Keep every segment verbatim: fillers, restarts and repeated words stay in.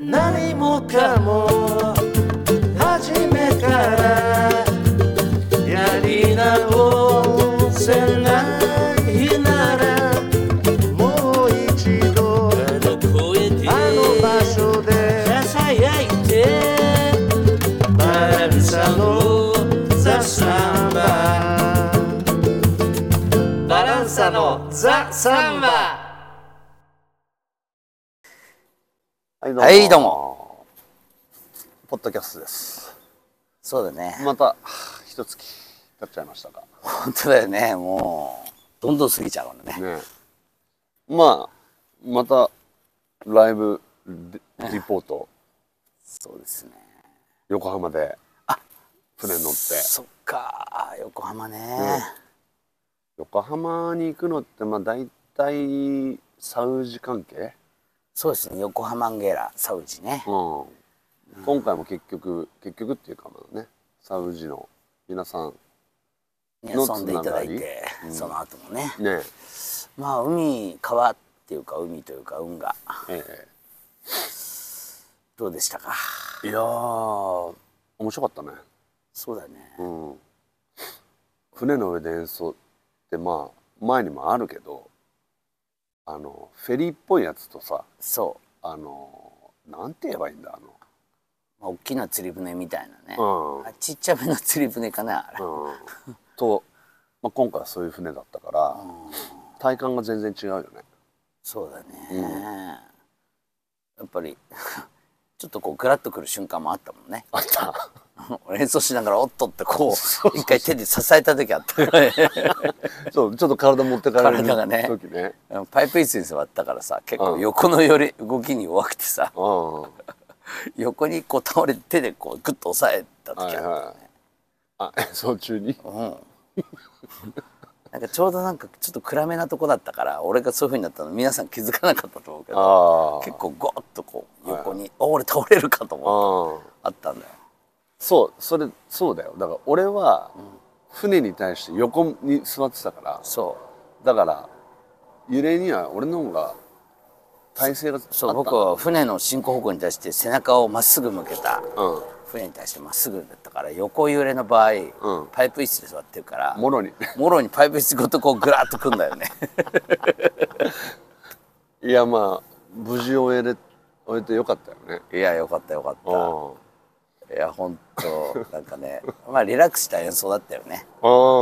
何もかも初めからやり直せないならもう一度あの声であの場所でささやいてバランサのザ・サンババランサのザ・サンバはいどうも、 ポッドキャストです。 そうだね、 また一月経っちゃいましたか。 本当だよね。もうどんどん過ぎちゃうからね。 ねまあまたライブリポート、 そうですね、 横浜で船乗って。 そっか、横浜ね。 ね横浜に行くのってまあ大体サウジ関係。 そうですね、横浜ンゲラサウジね、 うん、今回も結局結局っていうかまあね、サウジの皆さんの遊んでいただいつながて、 り、うん、 その後もね、 ねまあ海川っていうか海というか運河、 ええ、 どうでしたか。 いやー面白かったね。 そうだね、 うん、船の上で演奏ってまあ前にもあるけど、あのフェリーっぽいやつとさ、 そうあのなんて言えばいいんだ、あの、 まあ、大きな釣り船みたいなね、 うん、 あちっちゃめの釣り船かなあれ、 うん、と、まあ、今回はそういう船だったから、うん、体感が全然違うよね。 そうだね、 うん、 やっぱりちょっとこうグラッとくる瞬間もあったもんね。 あった演奏しながらおっとってこう一回手で支えた時あったそうちょっと体持ってかれる体がね、 時ね、 パイプ椅子に座ったからさ、結構横のより動きに弱くてさ、 うん、 横にこう倒れて手でこうグッと押さえた時あったよね、はいはい、 あ演奏中に、 うん、なんかちょうどなんかちょっと暗めなとこだったから俺がそういう風になったの皆さん気づかなかったと思うけど、結構ゴーッとこう横に、はい、あ俺倒れるかと思ったあったんだよ。 そうそれそうだよ。だから俺は船に対して横に座ってたから、 そうだから揺れには俺の方が体勢があった。 そう、僕は船の進行方向に対して背中をまっすぐ向けた、うん、船に対してまっすぐだったから、横揺れの場合、うん、パイプ椅子で座ってるからもろにもろにパイプ椅子ごとこうグラッとくんだよねいやまあ無事終えれ終えてよかったよね。 いやよかったよかった。いや本当なんかねまあリラックスした演奏だったよね。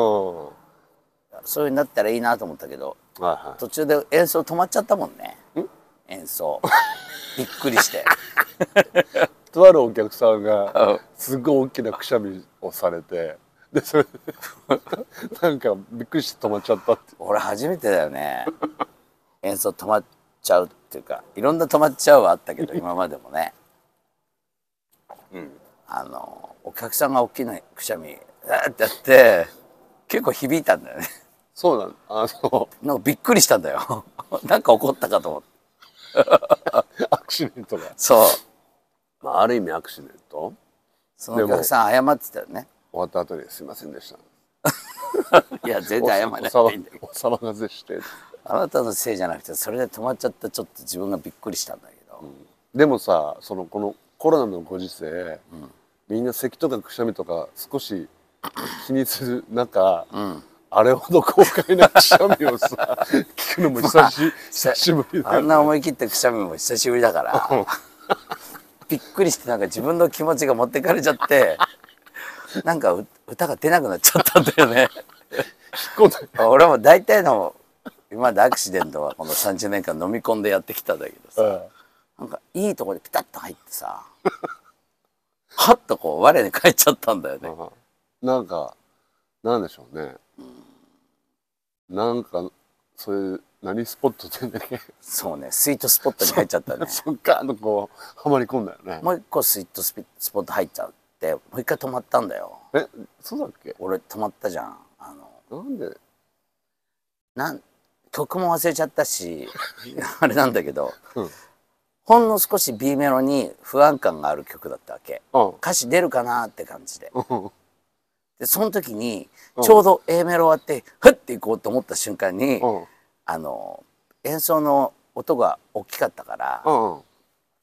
そういうになったらいいなと思ったけど、はいはい、途中で演奏止まっちゃったもんね。ん演奏びっくりしてとあるお客さんがすごい大きなくしゃみをされて、でそれなんかびっくりして止まっちゃったって。 俺初めてだよね演奏止まっちゃうっていうか、いろんな止まっちゃうはあったけど今までもね、うん、あのお客さんが大きなくしゃみってやって結構響いたんだよね。 そうなんあのなんかびっくりしたんだよなんか起こったかと思ってアクシデントが。 そう、 まあ、ある意味アクシデント。 そのお客さん謝ってたよね。 終わった後ですいませんでしたいや全然謝らなくていいんだけど、 お騒がせしてあなたのせいじゃなくてそれで止まっちゃった。ちょっと自分がびっくりしたんだけど、うん、 でもさ、そのこのコロナのご時世、うん、みんな咳とかくしゃみとか少し気にする中、うん、あれほど豪快なくしゃみをさ聞くのも久し、まあ、久しぶりだよね。 あんな思い切ってくしゃみも久しぶりだからびっくりして、なんか自分の気持ちが持ってかれちゃってなんか歌が出なくなっちゃったんだよね俺も大体の今までアクシデントはこのさんじゅうねんかん飲み込んでやってきたんだけどさ、うん、なんかいいところでピタッと入ってさはっとこう我に返っちゃったんだよね。 なんかなんでしょうね、うん、なんかそういう何スポットって言うんだっけ。 そうね、スイートスポットに入っちゃったねそっかとこうはまり込んだよね。 もう一個スイートスポット入っちゃうってもう一回止まったんだよ。 えそうだっけ。 俺止まったじゃん。あのなんでなん曲も忘れちゃったしあれなんだけど、うん、ほんの少し B メロに不安感がある曲だったわけ、うん、歌詞出るかなって感じで、うん、でその時にちょうど A メロ終わってふっていこうと思った瞬間に、うん、あの演奏の音が大きかったから、うん、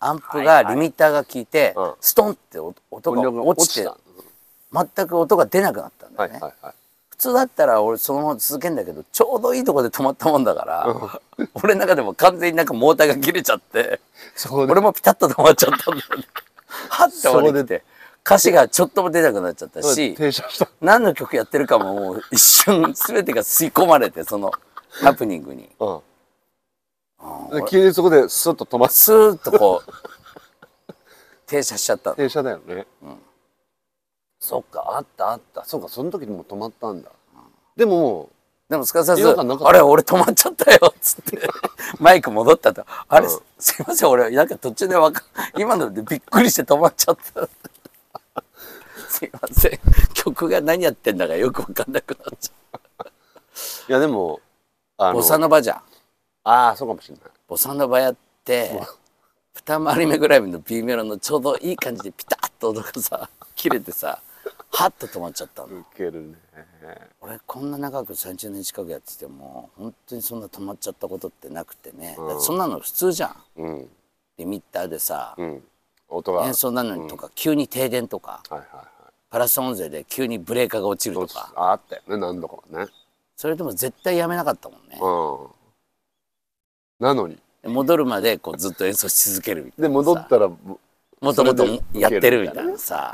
アンプがリミッターが効いて、 うんストンって音が落ちて音全く音が出なくなったんだよね、 はいはいはい。 普通だったら俺そのまま続けんだけどちょうどいいとこで止まったもんだから、俺の中でも完全になんかモーターが切れちゃってそこで俺もピタッと止まっちゃったんだよねはって終わりて歌詞がちょっとも出なくなっちゃったし、 停車した。 何の曲やってるかももう一瞬全てが吸い込まれてそのハプニングにうん。で急にそこでスッと止まってスーッとこう停車しちゃったの。 停車だよね。 そっかあったあったそうか、その時にもう止まったんだ。でもでもすかさず違和感なかったあれ俺止まっちゃったよ」っつってマイク戻ったと「あれ、 うんすいません俺なんか途中でわか今のでびっくりして止まっちゃった」すいません曲が何やってんだかよくわかんなくなっちゃいやでもあのうボサノバじゃんああそうかもしれない。 ボサノバやって二回り目ぐらいの B メロのちょうどいい感じでピタッと音がさ切れてさハッと止まっちゃったの。 ウケるね。 俺こんな長くさんじゅうねん近くやってても本当にそんな止まっちゃったことってなくてね、 うんだってそんなの普通じゃん。 うんリミッターでさ、 うん音が演奏なのにとか、急に停電とかはいはいはい。 パラス音声で急にブレーカーが落ちるとかああったよね何度かはね。 それでも絶対やめなかったもんね。 うん。なのに戻るまでこうずっと演奏し続けるみたいなで戻ったらももともとそれでやってるみたいなさ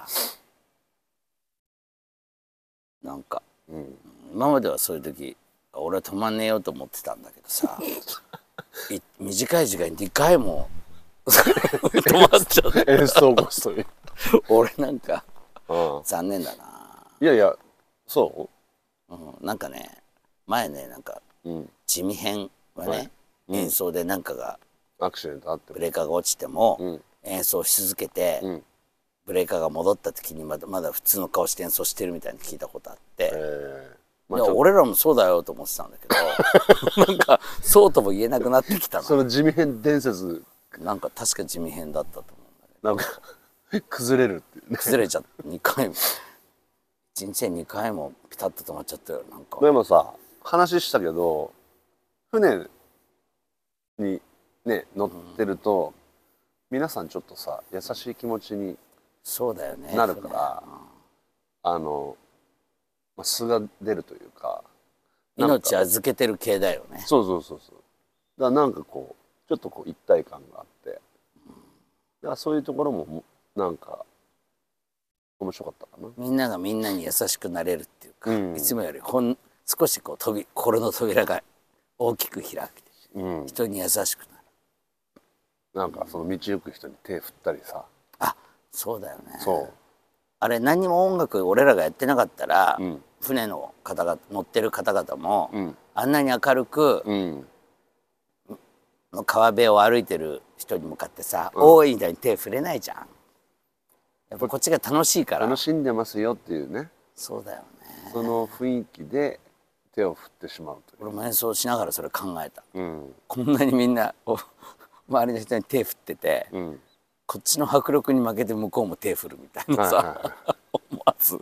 なんかうん今まではそういう時俺は止まんねえよと思ってたんだけどさい短い時間ににかいも止まっちゃって演奏コストに。 俺なんかうん残念だな、 いやいやそうん、なんかね前ねなんかう。うん。 地味編はね、 はいうん演奏でなんかがアクシデントあっても。 ブレーカーが落ちても、 うん演奏し続けて、 うん。 ブレーカーが戻った時にまだまだ普通の顔して演奏してるみたいに聞いたことあって、 ええ。 いや俺らもそうだよと思ってたんだけどなんかそうとも言えなくなってきたな。 その地味変伝説なんか確か地味編だったと思うんだけなんか崩れるっていうね。 ど崩れちゃってにかいもいちにちでにかいもピタッと止まっちゃったよなんか。 でもさ話したけど船にね乗ってると、皆さんちょっとさ優しい気持ちにそうだよねなるからあの、まあ、素が出るというかなんか命預けてる系だよね。 そうそうそうそうだからなんかこうちょっとこう一体感があってだからそういうところもなんか面白かったかな。 みんながみんなに優しくなれるっていうか、 うんいつもよりほん少しこう扉心の扉が大きく開けてうん、 人に優しくなる。 なんかその道行く人に手振ったりさ。 あそうだよね。 そあれ何にも音楽俺らがやってなかったら、 う。うん船の方が乗ってる方々も、 うんあんなに明るく、 うん川辺を歩いてる人に向かってさ「 うんおーい」みたいに手触れないじゃん。やっぱこっちが楽しいから。 楽しんでますよっていうねそうだよね。 その雰囲気で手を振ってしまうという。 俺も演奏しながらそれ考えた。 うんこんなにみんなお周りの人に手振ってて、 うんこっちの迫力に負けて向こうも手振るみたいなさ、 はいはいは思わず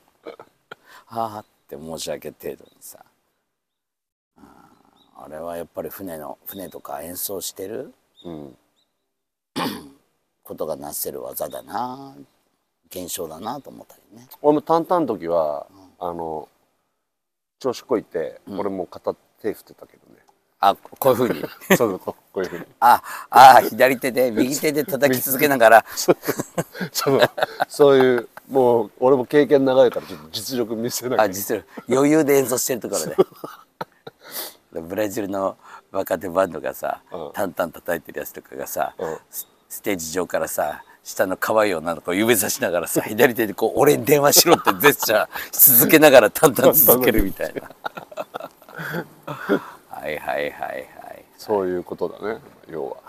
「はあ」って申し訳程度にさ、ああれはやっぱり船の船とか演奏してるうんことがなせる技だな現象だなと思ったりね。 俺もタンタンの時は、あの調子こいて、俺も片手振ってたけどね。 あこういうふうにそうそうこういうふうにああ左手で右手で叩き続けながらそうそういうもう俺も経験長いからちょっと実力見せなきゃあ実は余裕で演奏してるところでブラジルの若手バンドがさ、 うんタンタン叩いてるやつとかがさ、 うんスステージ上からさ下の可愛い女の子を指さしながらさ左手でこう俺に電話しろってジェスチャーし続けながらタンタン続けるみたいなはいはいはいはいそういうことだね要は。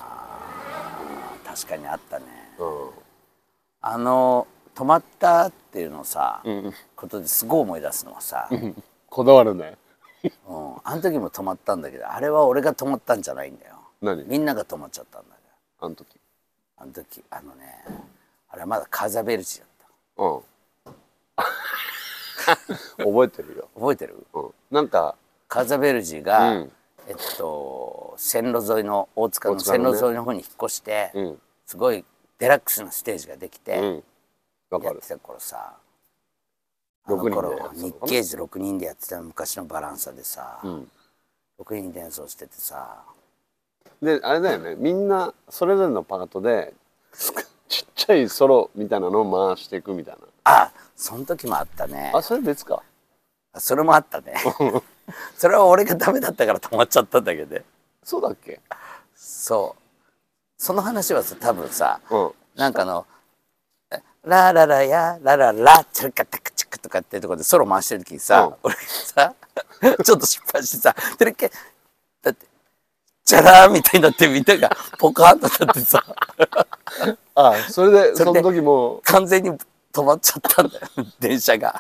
確かにあったね。 うんあの止まったっていうのをさ、 うんことですごい思い出すのはさ、うん、 こだわるね。 あの時も止まったんだけどあれは俺が止まったんじゃないんだよ。 何みんなが止まっちゃったんだよ。 あの時。 あの時あのねあれはまだカザベルチだっうん覚えてるよ。 た。覚えてる？ うんなんかカザベルジが、 うんえっと線路沿いの大塚の大塚のね線路沿いの方に引っ越して、 うんすごいデラックスなステージができて、 うんわかるやってた頃さ、あろくにんでの頃やってたのかな日系図ろくにんでやってた昔のバランサでさ、 うんろくにんで演奏しててさ、 であれだよね、みんなそれぞれのパートでちっちゃいソロみたいなのを回していくみたいな。 あ、その時もあったね。 あ、それ別か。 それもあったねそれは俺がダメだったから止まっちゃったんだけどね。 そうだっけ。 そうその話はさ多分さ、 うん、 なんかあの「ラララやラララチャルカタクチャク」とかっていうところでソロ回してる時にさ、 うん、 俺がさちょっと失敗してさ「テレケだってチャラー」みたいになってみんながポカーンとなってさあ、それでそれでその時も完全に止まっちゃったんだよ電車が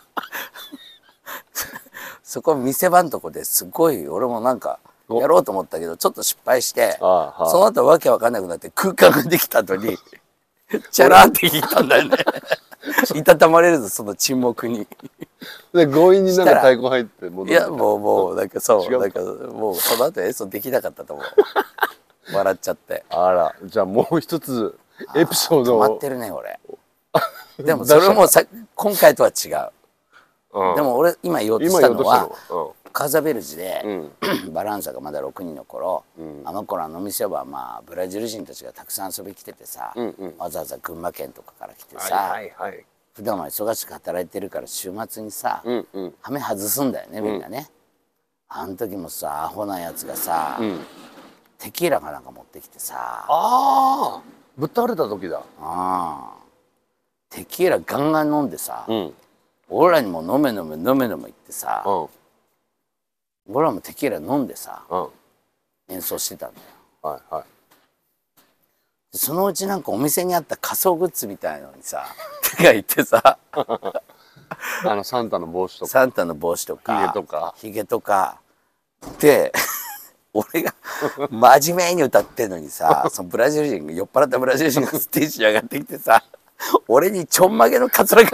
そこ店番とこですごい俺もなんかやろうと思ったけどちょっと失敗して、 ああ、はあ、 その後わけわかんなくなって空間ができた後にチャラーって聞いたんだよねいたたまれるぞその沈黙にで強引になんか太鼓入って戻る。 いやもうもうなんかそう違うなんかもうその後演奏できなかったと思う笑っちゃって。 あら、じゃあもう一つエピソードを止まってるね俺でもそれもさ今回とは違う、うん、でも俺今言おうとしたのはカーザベルジで、うん、バランサがまだろくにんの頃、うん、あの頃あの店はまあブラジル人たちがたくさん遊び来ててさ、うんうん、わざわざ群馬県とかから来てさ、はいはいはい、普段は忙しく働いてるから週末にさ、うんうん、羽目外すんだよねみんなね、うん、あの時もさアホなやつがさ、うん、テキーラかなんか持ってきてさ、 ああぶっ倒れた時だ。 ああテキーラガンガン飲んでさ、うん、俺らにも飲め飲め飲め飲め言ってさ、うん、俺らもテキーラ飲んでさ、うん、演奏してたんだよ。はいはい、でそのうちなんかお店にあった仮装グッズみたいのにさ手がいってさあのサンタの帽子とかサンタの帽子とかヒゲとかヒゲとかで俺が真面目に歌ってんのにさそのブラジル人が酔っ払ったブラジル人がステージに上がってきてさ俺にちょんまげのカツラが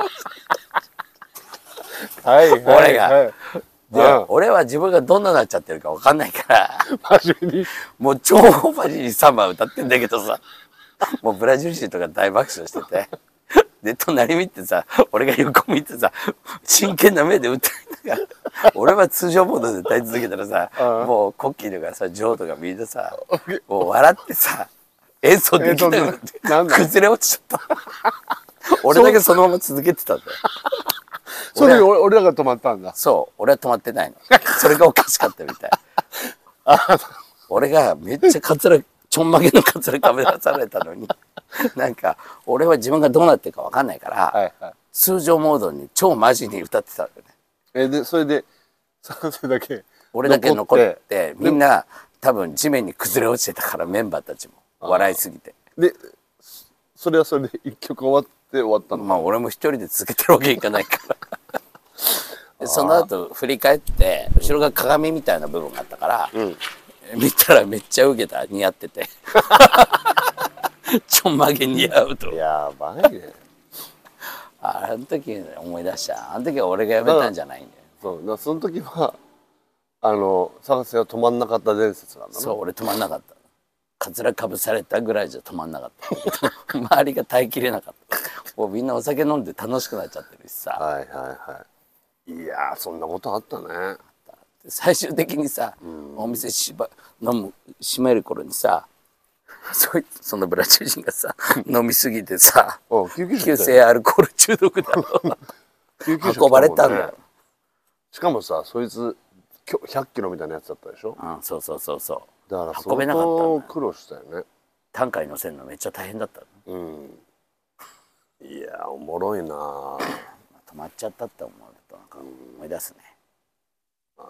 はいはい、俺が、はい、で、うん、俺は自分がどんななっちゃってるか分かんないから真面目にもう超真面目にサンバ歌ってんだけどさもうブラジル人とか大爆笑しててで隣見てさ俺が横見てさ真剣な目で歌いながら俺は通常モードで歌い続けたらさもうコッキーとかさジョーとかみんなさもう笑ってさ演奏できなくなって崩れ落ちちゃった俺だけそのまま続けてたんだよそれ俺俺らが止まったんだ。 そう俺は止まってないのそれがおかしかったみたい俺がめっちゃカツラちょんまげのカツラかぶらされたのになんか俺は自分がどうなってるか分かんないから、はいはい、通常モードに超マジに歌ってたんだよね。 えでそれでそれだけ俺だけ残ってみんな多分地面に崩れ落ちてたからメンバーたちも笑いすぎて。 でそれはそれで一曲終わって終わったの。 まあ俺も一人で続けてるわけいかないからでその後振り返って後ろが鏡みたいな部分があったから、うん、見たらめっちゃウケた似合っててちょんまげ似合うと。 やばいねあの時思い出した。あの時は俺が辞めたんじゃないんだよ。 そうだその時はあの探せは止まんなかった伝説なんだな。 そう俺止まんなかった。カツラかぶされたぐらいじゃ止まんなかった周りが耐えきれなかったもうみんなお酒飲んで楽しくなっちゃってるしさ。はいはいはい。 いやそんなことあったね。 最終的にさ、うん、お店しば飲む閉める頃にさそいそのブラジル人がさ飲みすぎてさ急性アルコール中毒だろ運ばれたんだよ。 しかもさそいつひゃっキロみたいなやつだったでしょ。 うん、そうそうそうそう。 だから相当苦労したよね。 担架に乗せるのめっちゃ大変だった。うん。 いやおもろいな。 止まっちゃったって思うとなんか思い出すね。うん、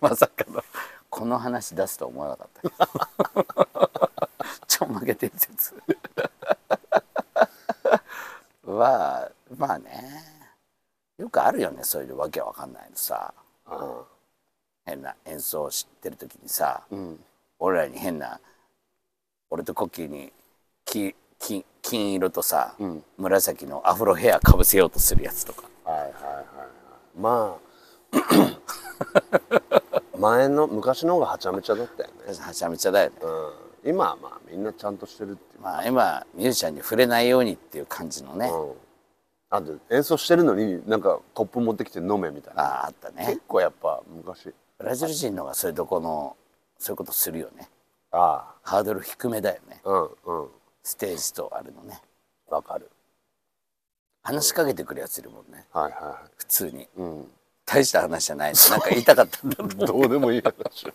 まさかのこの話出すと思わなかったけど。ちょんまげ伝説。はまあねよくあるよねそういうわけわかんないのさ。うん、変な演奏を知ってる時にさ、うん、俺らに変な俺とコッキーにきき金色とさ、うん、紫のアフロヘアかぶせようとするやつとか。はいはいはいはい。 まあ前の昔の方がはちゃめちゃだったよね。 はちゃめちゃだよね。 今はまあみんなちゃんとしてるっていう、 まあ今ミュージシャンに触れないようにっていう感じのね、 うん、あと演奏してるのになんかコップ持ってきて飲めみたいな、 あああったね。 結構やっぱ昔、 ブラジル人のがそういうとこのそういうことするよね。 あハードル低めだよね、 あうんうんステージとあるのね。 わかる。 話しかけてくるやついるもんね、 はいはいはい、 普通に。 うん、 大した話じゃないの、なんか言いたかったんだとど思う。 うでもいい話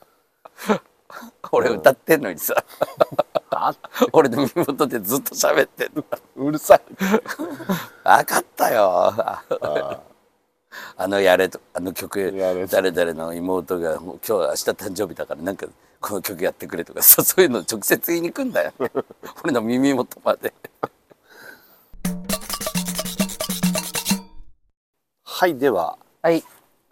俺歌ってんのにさ、俺の耳元でずっと喋ってんの。 うるさい分かったよ。 ああのやれと、あの曲やれ誰々の妹がもう今日明日誕生日だからなんかこの曲やってくれとかさ、そういうの直接言いに来んだよね俺の耳元まで。 はいでは、 はい、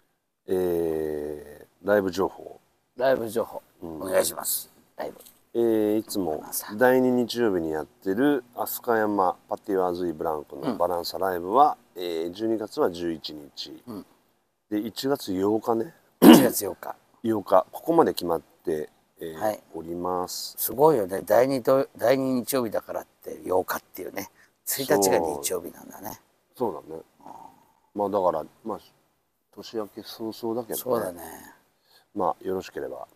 えー、ライブ情報、 ライブ情報、うん、お願いします。ライブ、 えー、いつもだいに日曜日にやってる飛鳥山パティオアズイブランコのバランサライブは、うん、えー、じゅうにがつはじゅういちにち、うん、でいちがつようかねいちがつようかようかここまで決まって、えーはい、 おります。 すごいよね。だいにとだいに日曜日だからってようかっていうね、ついたちが日曜日なんだね。 そうだね、まあだからまあ年明け早々だけどね。 そうだね。まあよろしければ、はい、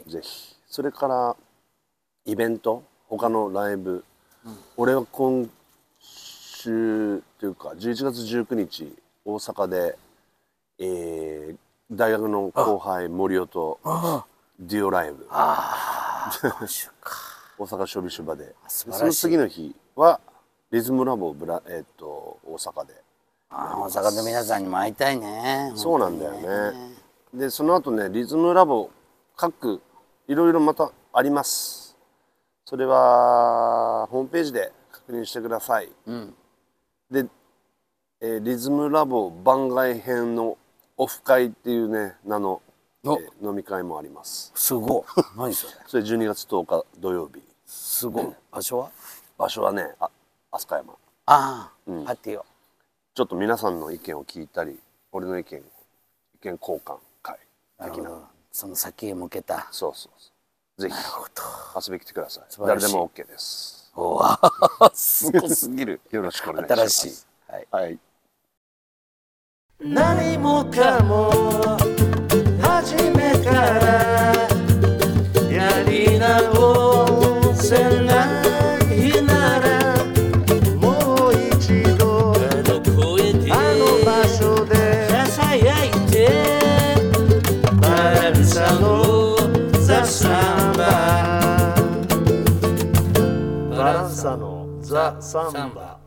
ぜひ。それからイベント、他のライブ、うん、俺は今週というかじゅういちがつじゅうくにち大阪で、えー、大学の後輩森尾とデュオライブ、ああ今週か大阪ショビシュバで、その次の日はリズムラボブラ、えー、っと大阪で。 あ大阪の皆さんにも会いたいね。 そうなんだよね。でその後ねリズムラボ各いろいろまたあります。それはホームページで確認してください。うん、で、えー、リズムラボ番外編のオフ会っていうね名の、えー、飲み会もあります。 すごい。何それ。 それじゅうにがつとおか土曜日。 すごい。場所は？ 場所はねあ飛鳥山。 ああ、うん、パティオ。 ちょっと皆さんの意見を聞いたり、俺の意見、意見交換会的な。 その先へ向けた。 そうそうそう。ぜひ遊びに来てください。 い誰でも OK です。 おわ、すごすぎる。 よろしくお願いします。 新しい。はい。 はい、 何もかも初めからやり直せないならもう一度あの場所でささやいてバランサのザ・サンババランサのザ・サンバ